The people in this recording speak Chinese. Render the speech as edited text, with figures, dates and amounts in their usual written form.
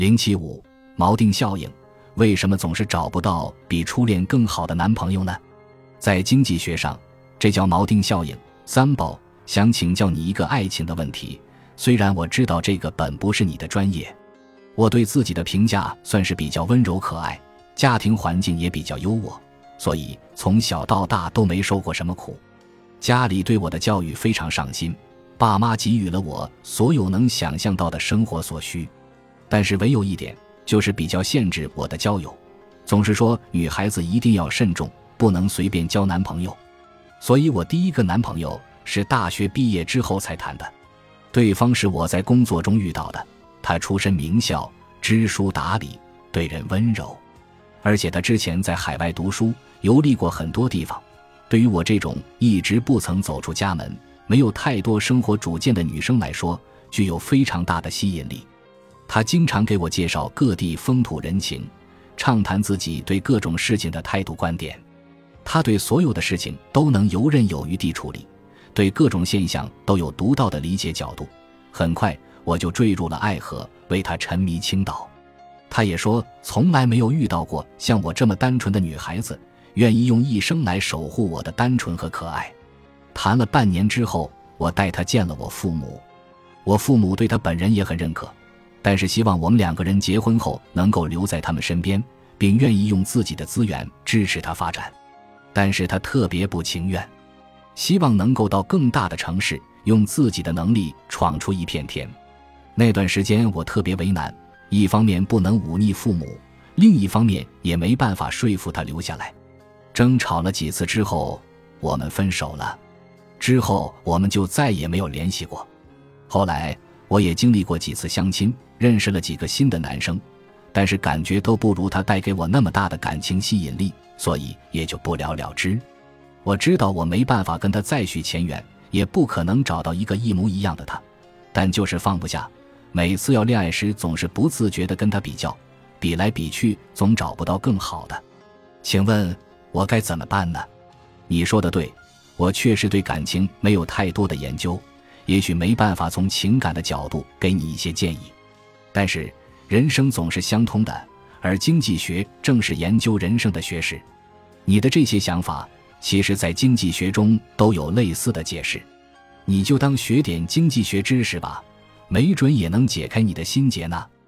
075锚定效应，为什么总是找不到比初恋更好的男朋友呢？在经济学上，这叫锚定效应。三宝，想请教你一个爱情的问题，虽然我知道这个本不是你的专业。我对自己的评价算是比较温柔可爱，家庭环境也比较优渥，所以从小到大都没受过什么苦。家里对我的教育非常上心，爸妈给予了我所有能想象到的生活所需。但是唯有一点，就是比较限制我的交友，总是说女孩子一定要慎重，不能随便交男朋友。所以我第一个男朋友是大学毕业之后才谈的，对方是我在工作中遇到的，他出身名校，知书达理，对人温柔，而且他之前在海外读书，游历过很多地方。对于我这种一直不曾走出家门，没有太多生活主见的女生来说，具有非常大的吸引力。他经常给我介绍各地风土人情，畅谈自己对各种事情的态度观点。他对所有的事情都能游刃有余地处理，对各种现象都有独到的理解角度。很快我就坠入了爱河，为他沉迷倾倒。他也说从来没有遇到过像我这么单纯的女孩子，愿意用一生来守护我的单纯和可爱。谈了半年之后，我带他见了我父母。我父母对他本人也很认可，但是希望我们两个人结婚后能够留在他们身边，并愿意用自己的资源支持他发展。但是他特别不情愿，希望能够到更大的城市，用自己的能力闯出一片天。那段时间我特别为难，一方面不能忤逆父母，另一方面也没办法说服他留下来。争吵了几次之后，我们分手了。之后我们就再也没有联系过。后来我也经历过几次相亲，认识了几个新的男生，但是感觉都不如他带给我那么大的感情吸引力，所以也就不了了之。我知道我没办法跟他再续前缘，也不可能找到一个一模一样的他，但就是放不下，每次要恋爱时总是不自觉地跟他比较，比来比去总找不到更好的。请问我该怎么办呢？你说的对，我确实对感情没有太多的研究，也许没办法从情感的角度给你一些建议，但是人生总是相通的，而经济学正是研究人生的学识。你的这些想法其实在经济学中都有类似的解释，你就当学点经济学知识吧，没准也能解开你的心结呢。